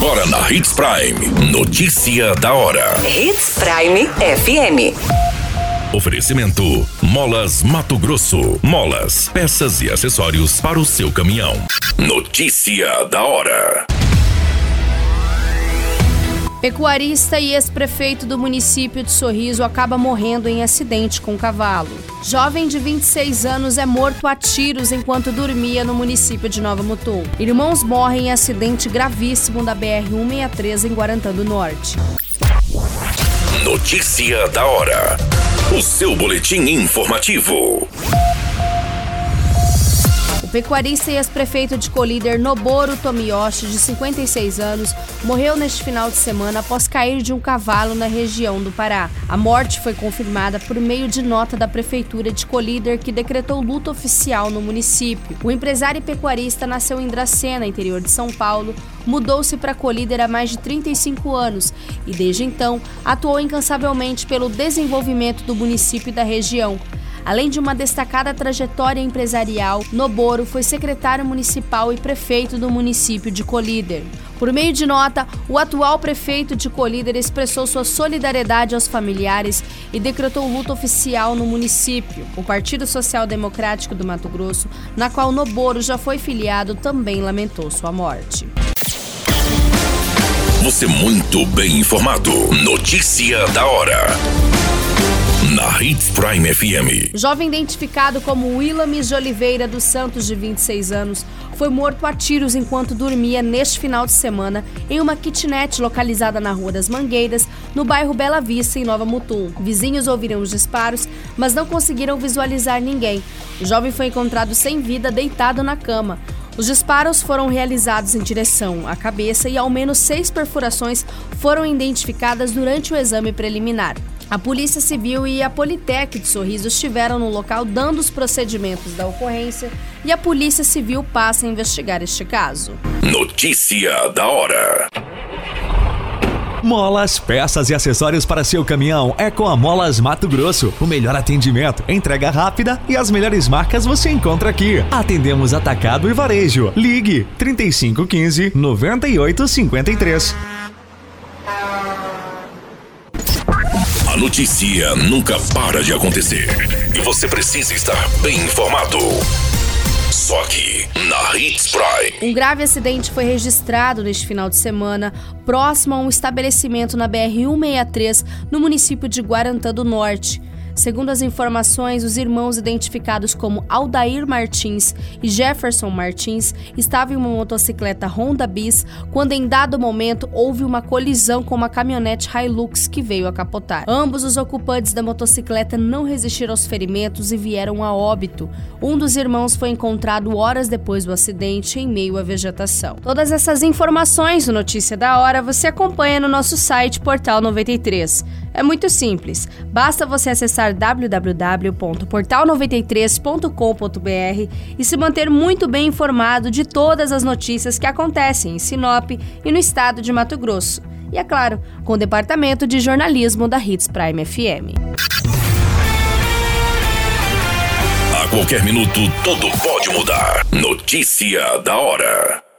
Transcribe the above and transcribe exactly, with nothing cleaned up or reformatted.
Agora na Hits Prime. Notícia da hora. Hits Prime F M. Oferecimento: Molas Mato Grosso. Molas, peças e acessórios para o seu caminhão. Notícia da hora. Pecuarista e ex-prefeito do município de Sorriso acaba morrendo em acidente com cavalo. Jovem de vinte e seis anos é morto a tiros enquanto dormia no município de Nova Mutum. Irmãos morrem em acidente gravíssimo da B R cento e sessenta e três em Guarantã do Norte. Notícia da hora. O seu boletim informativo. O pecuarista e ex-prefeito de Colíder, Noboru Tomiyoshi, de cinquenta e seis anos, morreu neste final de semana após cair de um cavalo na região do Pará. A morte foi confirmada por meio de nota da prefeitura de Colíder, que decretou luto oficial no município. O empresário e pecuarista nasceu em Dracena, interior de São Paulo, mudou-se para Colíder há mais de trinta e cinco anos e, desde então, atuou incansavelmente pelo desenvolvimento do município e da região. Além de uma destacada trajetória empresarial, Noboru foi secretário municipal e prefeito do município de Colíder. Por meio de nota, o atual prefeito de Colíder expressou sua solidariedade aos familiares e decretou luto oficial no município. O Partido Social Democrático do Mato Grosso, na qual Noboru já foi filiado, também lamentou sua morte. Você muito bem informado. Notícia da hora. Na Hits Prime F M. Jovem identificado como Willamis de Oliveira dos Santos, de vinte e seis anos, foi morto a tiros enquanto dormia neste final de semana em uma kitnet localizada na Rua das Mangueiras, no bairro Bela Vista, em Nova Mutum. Vizinhos ouviram os disparos, mas não conseguiram visualizar ninguém. O jovem foi encontrado sem vida, deitado na cama. Os disparos foram realizados em direção à cabeça e ao menos seis perfurações foram identificadas durante o exame preliminar. A Polícia Civil e a Politec de Sorriso estiveram no local dando os procedimentos da ocorrência e a Polícia Civil passa a investigar este caso. Notícia da hora. Molas, peças e acessórios para seu caminhão é com a Molas Mato Grosso. O melhor atendimento, entrega rápida e as melhores marcas você encontra aqui. Atendemos atacado e varejo. Ligue trinta e cinco quinze, noventa e oito cinquenta e três. A notícia nunca para de acontecer e você precisa estar bem informado. Só aqui na Hits Prime. Um grave acidente foi registrado neste final de semana próximo a um estabelecimento na B R cento e sessenta e três no município de Guarantã do Norte. Segundo as informações, os irmãos identificados como Aldair Martins e Jefferson Martins estavam em uma motocicleta Honda Bis quando, em dado momento, houve uma colisão com uma caminhonete Hilux que veio a capotar. Ambos os ocupantes da motocicleta não resistiram aos ferimentos e vieram a óbito. Um dos irmãos foi encontrado horas depois do acidente em meio à vegetação. Todas essas informações do Notícia da Hora você acompanha no nosso site Portal noventa e três. É muito simples, basta você acessar w w w ponto portal noventa e três ponto com ponto b r e se manter muito bem informado de todas as notícias que acontecem em Sinop e no estado de Mato Grosso. E é claro, com o departamento de jornalismo da Hits Prime F M. A qualquer minuto, tudo pode mudar. Notícia da hora.